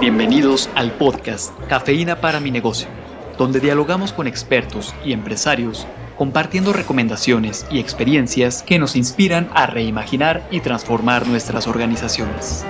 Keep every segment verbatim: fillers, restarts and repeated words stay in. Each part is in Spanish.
Bienvenidos al podcast Cafeína para mi negocio, donde dialogamos con expertos y empresarios compartiendo recomendaciones y experiencias que nos inspiran a reimaginar y transformar nuestras organizaciones.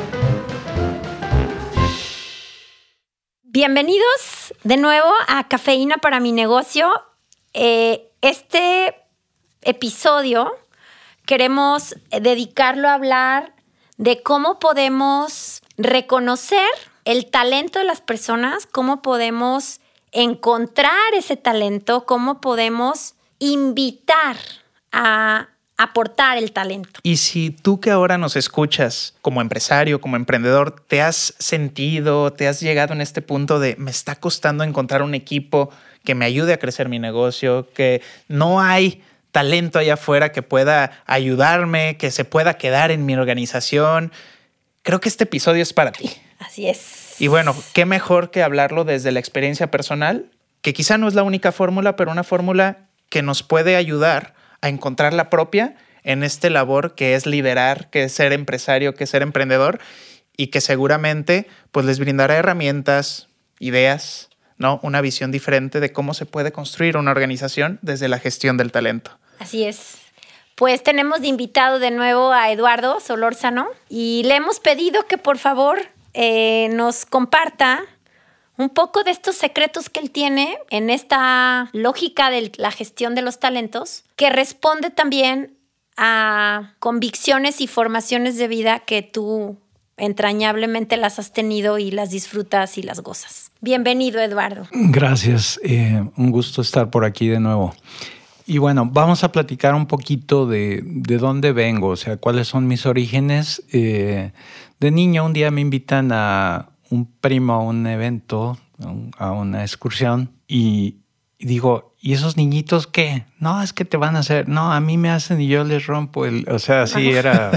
Bienvenidos de nuevo a Cafeína para mi negocio. Eh, este episodio queremos dedicarlo a hablar de cómo podemos reconocer el talento de las personas, cómo podemos encontrar ese talento, cómo podemos invitar a aportar el talento. Y si tú que ahora nos escuchas como empresario, como emprendedor, te has sentido, te has llegado en este punto de me está costando encontrar un equipo que me ayude a crecer mi negocio, que no hay talento allá afuera que pueda ayudarme, que se pueda quedar en mi organización, creo que este episodio es para ti. Así es. Y bueno, qué mejor que hablarlo desde la experiencia personal, que quizá no es la única fórmula, pero una fórmula que nos puede ayudar a encontrar la propia en este labor que es liderar, que es ser empresario, que es ser emprendedor y que seguramente pues les brindará herramientas, ideas, ¿no? Una visión diferente de cómo se puede construir una organización desde la gestión del talento. Así es. Pues tenemos de invitado de nuevo a Eduardo Solórzano y le hemos pedido que por favor eh, nos comparta un poco de estos secretos que él tiene en esta lógica de la gestión de los talentos, que responde también a convicciones y formaciones de vida que tú entrañablemente las has tenido y las disfrutas y las gozas. Bienvenido, Eduardo. Gracias. Eh, un gusto estar por aquí de nuevo. Y bueno, vamos a platicar un poquito de, de dónde vengo, o sea, cuáles son mis orígenes. Eh, de niño, un día me invitan a un primo a un evento, a una excursión, y, y digo, ¿y esos niñitos qué? No, es que te van a hacer, no, a mí me hacen y yo les rompo el, o sea, así era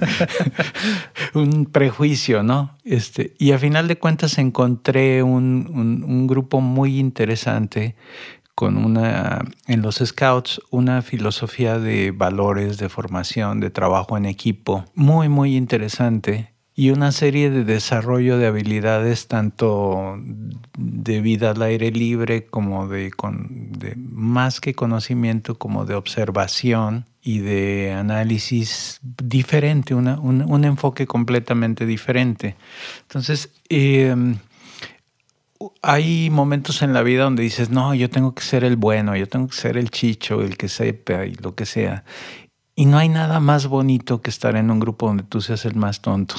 un prejuicio, ¿no? Este, y a final de cuentas encontré un, un, un grupo muy interesante con una, en los Scouts, una filosofía de valores, de formación, de trabajo en equipo, muy, muy interesante. Y una serie de desarrollo de habilidades tanto de vida al aire libre como de, con, de más que conocimiento, como de observación y de análisis diferente, una, un, un enfoque completamente diferente. Entonces, eh, hay momentos en la vida donde dices, no, yo tengo que ser el bueno, yo tengo que ser el chicho, el que sepa y lo que sea. Y no hay nada más bonito que estar en un grupo donde tú seas el más tonto.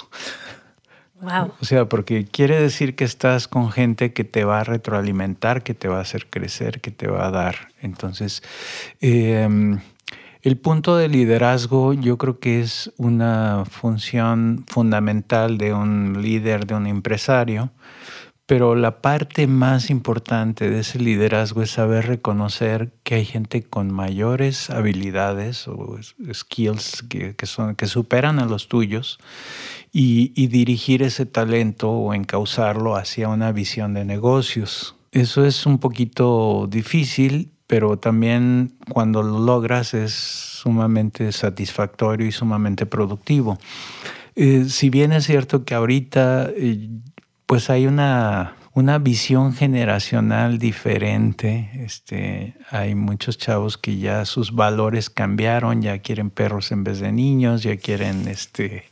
Wow. O sea, porque quiere decir que estás con gente que te va a retroalimentar, que te va a hacer crecer, que te va a dar. Entonces, eh, el punto de liderazgo yo creo que es una función fundamental de un líder, de un empresario. Pero la parte más importante de ese liderazgo es saber reconocer que hay gente con mayores habilidades o skills que, que, son, que superan a los tuyos y, y dirigir ese talento o encauzarlo hacia una visión de negocios. Eso es un poquito difícil, pero también cuando lo logras es sumamente satisfactorio y sumamente productivo. Eh, si bien es cierto que ahorita eh, pues hay una, una visión generacional diferente. Este, hay muchos chavos que ya sus valores cambiaron, ya quieren perros en vez de niños, ya quieren este,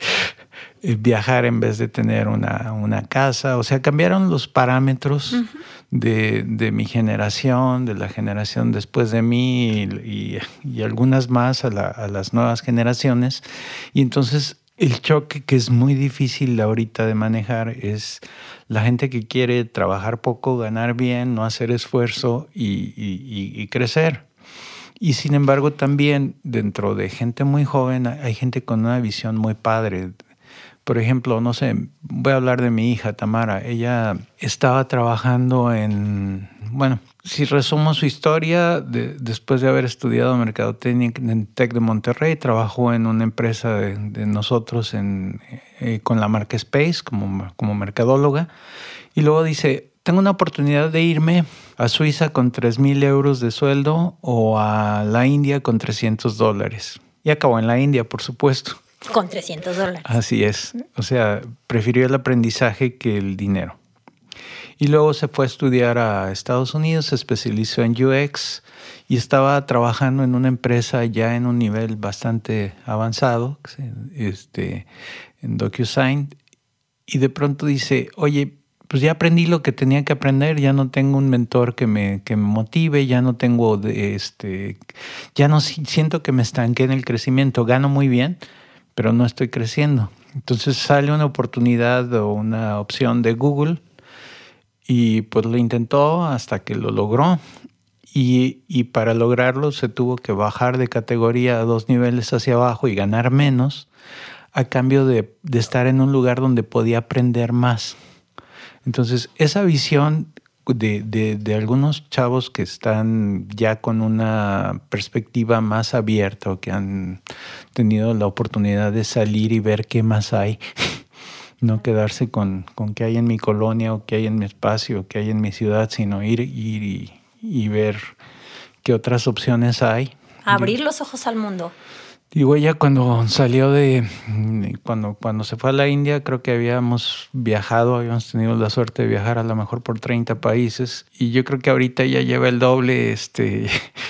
viajar en vez de tener una, una casa. O sea, cambiaron los parámetros uh-huh. de, de mi generación, de la generación después de mí y, y, y algunas más a, la, a las nuevas generaciones. Y entonces el choque que es muy difícil ahorita de manejar es la gente que quiere trabajar poco, ganar bien, no hacer esfuerzo y, y, y crecer. Y sin embargo también dentro de gente muy joven hay gente con una visión muy padre. Por ejemplo, no sé, voy a hablar de mi hija Tamara. Ella estaba trabajando en, bueno, si resumo su historia, de, después de haber estudiado mercadotecnia en Tec de Monterrey, trabajó en una empresa de, de nosotros en, eh, con la marca Space como, como mercadóloga. Y luego dice, tengo una oportunidad de irme a Suiza con tres mil euros de sueldo o a la India con trescientos dólares. Y acabó en la India, por supuesto. Con trescientos dólares. Así es. O sea, prefirió el aprendizaje que el dinero. Y luego se fue a estudiar a Estados Unidos, se especializó en U X y estaba trabajando en una empresa ya en un nivel bastante avanzado, este, en DocuSign. Y de pronto dice, oye, pues ya aprendí lo que tenía que aprender, ya no tengo un mentor que me, que me motive, ya no tengo, de este, ya no siento que me estanqué en el crecimiento, gano muy bien, pero no estoy creciendo. Entonces sale una oportunidad o una opción de Google y pues lo intentó hasta que lo logró. Y, y para lograrlo se tuvo que bajar de categoría a dos niveles hacia abajo y ganar menos a cambio de, de estar en un lugar donde podía aprender más. Entonces, esa visión de, de, de algunos chavos que están ya con una perspectiva más abierta o que han tenido la oportunidad de salir y ver qué más hay, no quedarse con, con qué hay en mi colonia o qué hay en mi espacio o qué hay en mi ciudad, sino ir, ir y, y ver qué otras opciones hay. Abrir los ojos al mundo. Digo, ella cuando salió de, cuando, cuando se fue a la India, creo que habíamos viajado, habíamos tenido la suerte de viajar a lo mejor por treinta países y yo creo que ahorita ella lleva el doble, este,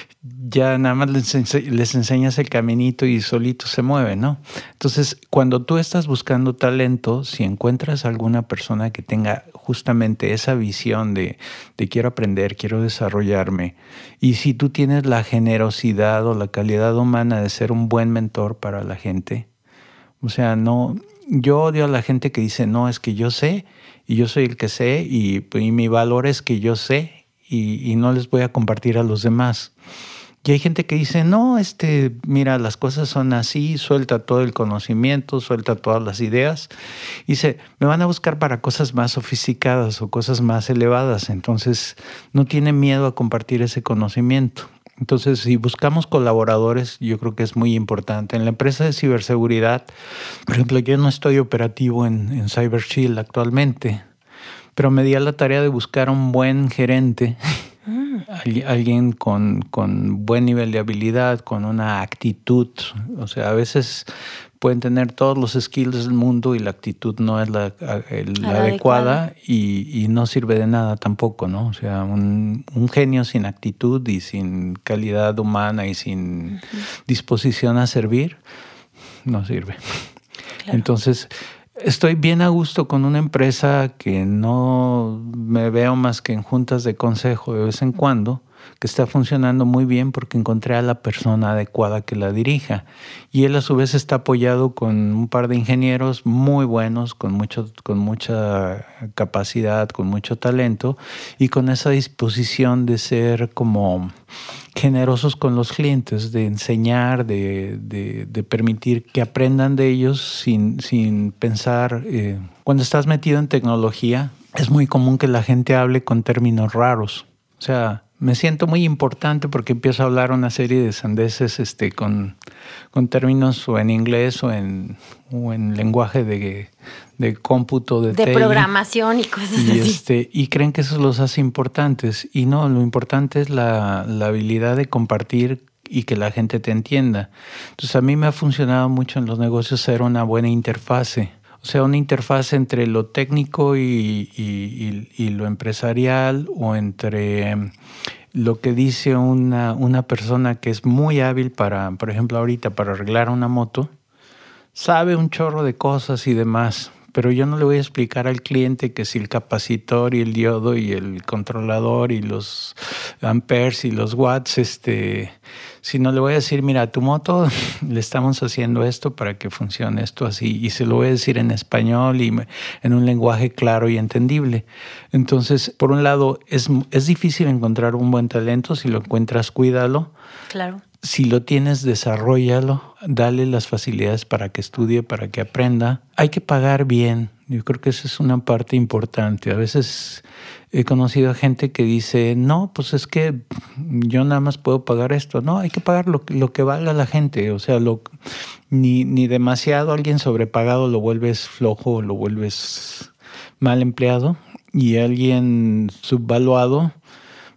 ya nada más les, ense- les enseñas el caminito y solito se mueve, ¿no? Entonces, cuando tú estás buscando talento, si encuentras alguna persona que tenga justamente esa visión de, de quiero aprender, quiero desarrollarme, y si tú tienes la generosidad o la calidad humana de ser un buen mentor para la gente, o sea, no, yo odio a la gente que dice, no, es que yo sé, y yo soy el que sé, y, y mi valor es que yo sé, y, y no les voy a compartir a los demás. Y hay gente que dice, no, este, mira, las cosas son así, suelta todo el conocimiento, suelta todas las ideas. Y dice, me van a buscar para cosas más sofisticadas o cosas más elevadas. Entonces, no tiene miedo a compartir ese conocimiento. Entonces, si buscamos colaboradores, yo creo que es muy importante. En la empresa de ciberseguridad, por ejemplo, yo no estoy operativo en, en CyberShield actualmente, pero me di a la tarea de buscar un buen gerente, alguien con, con buen nivel de habilidad, con una actitud. O sea, a veces pueden tener todos los skills del mundo y la actitud no es la, el, la adecuada y, y no sirve de nada tampoco, ¿no? O sea, un, un genio sin actitud y sin calidad humana y sin uh-huh. disposición a servir, no sirve. Claro. Entonces, estoy bien a gusto con una empresa que no me veo más que en juntas de consejo de vez en cuando, que está funcionando muy bien porque encontré a la persona adecuada que la dirija. Y él a su vez está apoyado con un par de ingenieros muy buenos, con, mucho, con mucha capacidad, con mucho talento y con esa disposición de ser como generosos con los clientes, de enseñar, de, de, de permitir que aprendan de ellos sin, sin pensar. Eh, cuando estás metido en tecnología, es muy común que la gente hable con términos raros. O sea, me siento muy importante porque empiezo a hablar una serie de sandeces este, con, con términos o en inglés o en, o en lenguaje de, de cómputo, de, de programación y cosas y así. Este, y creen que eso los hace importantes. Y no, lo importante es la, la habilidad de compartir y que la gente te entienda. Entonces, a mí me ha funcionado mucho en los negocios ser una buena interfase. O sea, una interfaz entre lo técnico y, y, y, y lo empresarial o entre lo que dice una, una persona que es muy hábil para, por ejemplo, ahorita para arreglar una moto, sabe un chorro de cosas y demás, pero yo no le voy a explicar al cliente que si el capacitor y el diodo y el controlador y los amperes y los watts, este... sino le voy a decir, mira, a tu moto le estamos haciendo esto para que funcione esto así. Y se lo voy a decir en español y en un lenguaje claro y entendible. Entonces, por un lado, es, es difícil encontrar un buen talento. Si lo encuentras, cuídalo. Claro. Si lo tienes, desarróllalo. Dale las facilidades para que estudie, para que aprenda. Hay que pagar bien. Yo creo que esa es una parte importante. A veces he conocido a gente que dice, no, pues es que yo nada más puedo pagar esto. No, hay que pagar lo, lo que valga la gente. O sea, lo, ni, ni demasiado alguien sobrepagado lo vuelves flojo, lo vuelves mal empleado. Y alguien subvaluado,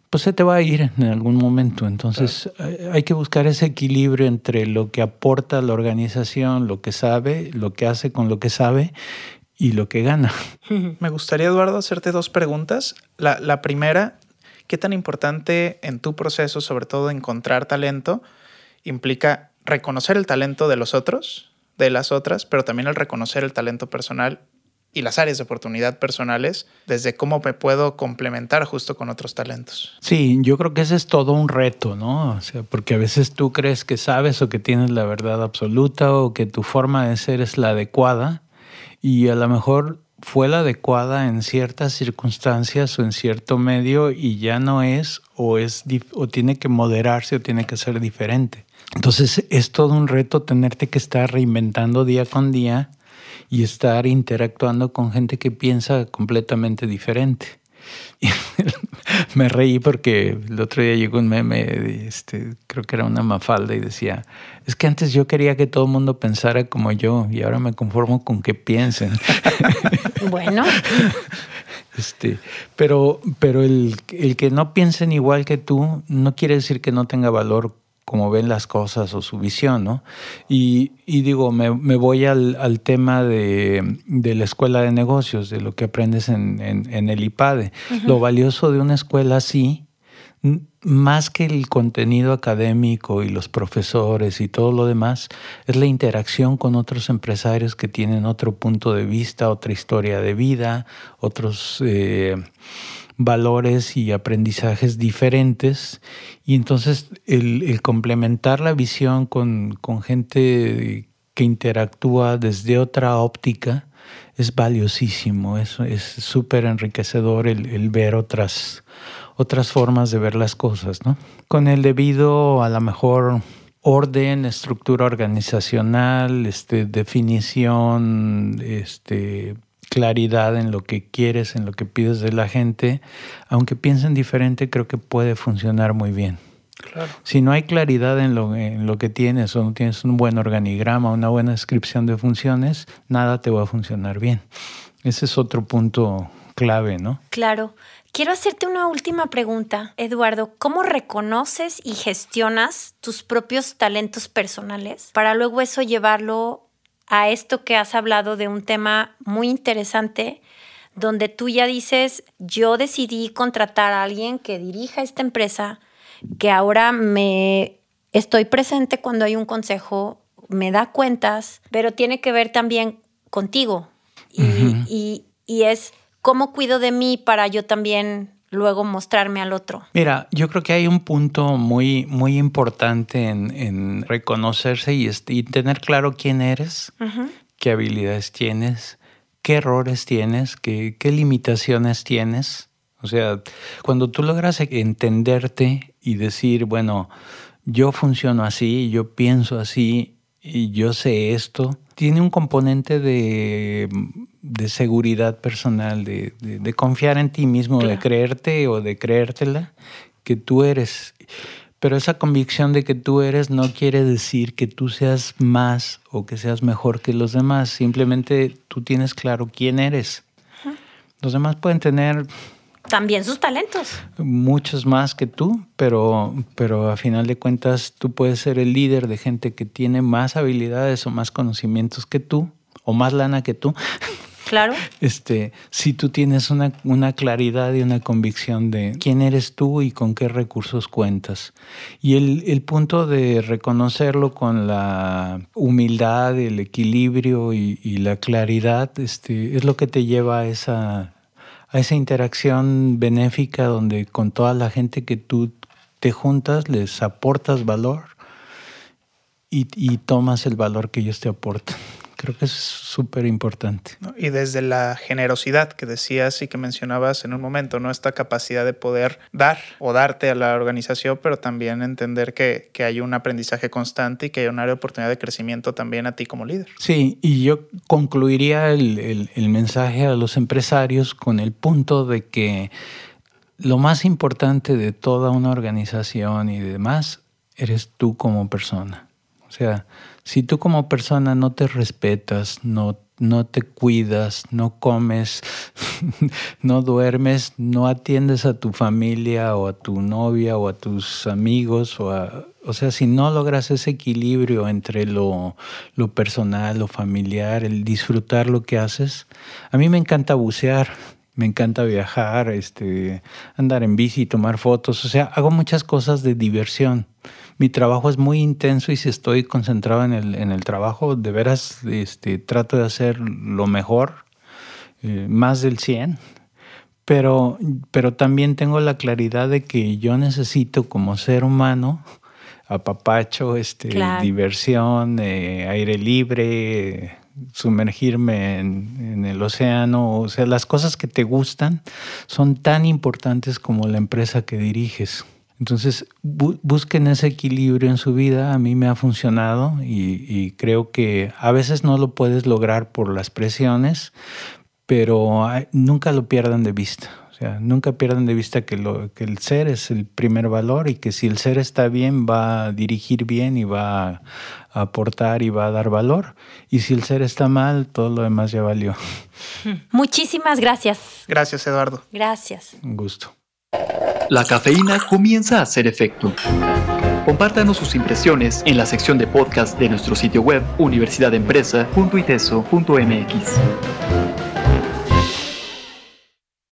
pues se te va a ir en algún momento. Entonces claro. hay que buscar ese equilibrio entre lo que aporta la organización, lo que sabe, lo que hace con lo que sabe y lo que gana. Me gustaría, Eduardo, hacerte dos preguntas. La, la primera, ¿qué tan importante en tu proceso, sobre todo encontrar talento, implica reconocer el talento de los otros, de las otras, pero también el reconocer el talento personal y las áreas de oportunidad personales, desde cómo me puedo complementar justo con otros talentos? Sí, yo creo que ese es todo un reto, ¿no? O sea, porque a veces tú crees que sabes o que tienes la verdad absoluta o que tu forma de ser es la adecuada y a lo mejor fue la adecuada en ciertas circunstancias o en cierto medio y ya no es o, es o tiene que moderarse o tiene que ser diferente. Entonces es todo un reto tenerte que estar reinventando día con día y estar interactuando con gente que piensa completamente diferente. Y me reí porque el otro día llegó un meme, este, creo que era una Mafalda, y decía, es que antes yo quería que todo el mundo pensara como yo y ahora me conformo con que piensen. Bueno. Este, pero pero el, el que no piensen igual que tú no quiere decir que no tenga valor como ven las cosas o su visión, ¿no? Y, y digo, me, me voy al, al tema de, de la escuela de negocios, de lo que aprendes en, en, en el IPADE. Uh-huh. Lo valioso de una escuela así, más que el contenido académico y los profesores y todo lo demás, es la interacción con otros empresarios que tienen otro punto de vista, otra historia de vida, otros eh, valores y aprendizajes diferentes. Y entonces el, el complementar la visión con, con gente que interactúa desde otra óptica es valiosísimo, es súper enriquecedor el, el ver otras, otras formas de ver las cosas, ¿no? Con el debido, a lo mejor, orden, estructura organizacional, este, definición, este, claridad en lo que quieres, en lo que pides de la gente, aunque piensen diferente, creo que puede funcionar muy bien. Claro. Si no hay claridad en lo, en lo que tienes o no tienes un buen organigrama, una buena descripción de funciones, nada te va a funcionar bien. Ese es otro punto clave, ¿no? Claro. Quiero hacerte una última pregunta, Eduardo. ¿Cómo reconoces y gestionas tus propios talentos personales para luego eso llevarlo a esto que has hablado de un tema muy interesante, donde tú ya dices, yo decidí contratar a alguien que dirija esta empresa, que ahora me estoy presente cuando hay un consejo, me da cuentas, pero tiene que ver también contigo. Y, uh-huh. y, y es cómo cuido de mí para yo también luego mostrarme al otro. Mira, yo creo que hay un punto muy, muy importante en, en reconocerse y, y tener claro quién eres, uh-huh. qué habilidades tienes, qué errores tienes, qué, qué limitaciones tienes. O sea, cuando tú logras entenderte y decir, bueno, yo funciono así, yo pienso así y yo sé esto, tiene un componente de, de seguridad personal, de, de, de confiar en ti mismo, claro. de creerte o de creértela, que tú eres. Pero esa convicción de que tú eres no quiere decir que tú seas más o que seas mejor que los demás. Simplemente tú tienes claro quién eres. Uh-huh. Los demás pueden tener también sus talentos. Muchos más que tú, pero, pero a final de cuentas tú puedes ser el líder de gente que tiene más habilidades o más conocimientos que tú, o más lana que tú. Claro. Este, si tú tienes una, una claridad y una convicción de quién eres tú y con qué recursos cuentas. Y el, el punto de reconocerlo con la humildad, el equilibrio y, y la claridad, este, es lo que te lleva a esa... a esa interacción benéfica donde con toda la gente que tú te juntas les aportas valor y, y tomas el valor que ellos te aportan. Creo que es súper importante. Y desde la generosidad que decías y que mencionabas en un momento, ¿no? Esta capacidad de poder dar o darte a la organización, pero también entender que, que hay un aprendizaje constante y que hay un área de oportunidad de crecimiento también a ti como líder. Sí, y yo concluiría el, el, el mensaje a los empresarios con el punto de que lo más importante de toda una organización y demás eres tú como persona. O sea, si tú como persona no te respetas, no no te cuidas, no comes, no duermes, no atiendes a tu familia o a tu novia o a tus amigos, o a, o sea, si no logras ese equilibrio entre lo, lo personal, lo familiar, el disfrutar lo que haces. A mí me encanta bucear, me encanta viajar, este, andar en bici, tomar fotos, o sea, hago muchas cosas de diversión. Mi trabajo es muy intenso y si estoy concentrado en el, en el trabajo, de veras este, trato de hacer lo mejor, eh, más del cien, pero, pero también tengo la claridad de que yo necesito como ser humano apapacho, este, claro. diversión, eh, aire libre, sumergirme en, en el océano. O sea, las cosas que te gustan son tan importantes como la empresa que diriges. Entonces, bu- busquen ese equilibrio en su vida. A mí me ha funcionado y, y creo que a veces no lo puedes lograr por las presiones, pero hay, nunca lo pierdan de vista. O sea, nunca pierdan de vista que, lo, que el ser es el primer valor y que si el ser está bien, va a dirigir bien y va a aportar y va a dar valor. Y si el ser está mal, todo lo demás ya valió. Muchísimas gracias. Gracias, Eduardo. Gracias. Un gusto. La cafeína comienza a hacer efecto. Compártanos sus impresiones en la sección de podcast de nuestro sitio web universidad empresa punto iteso punto m x.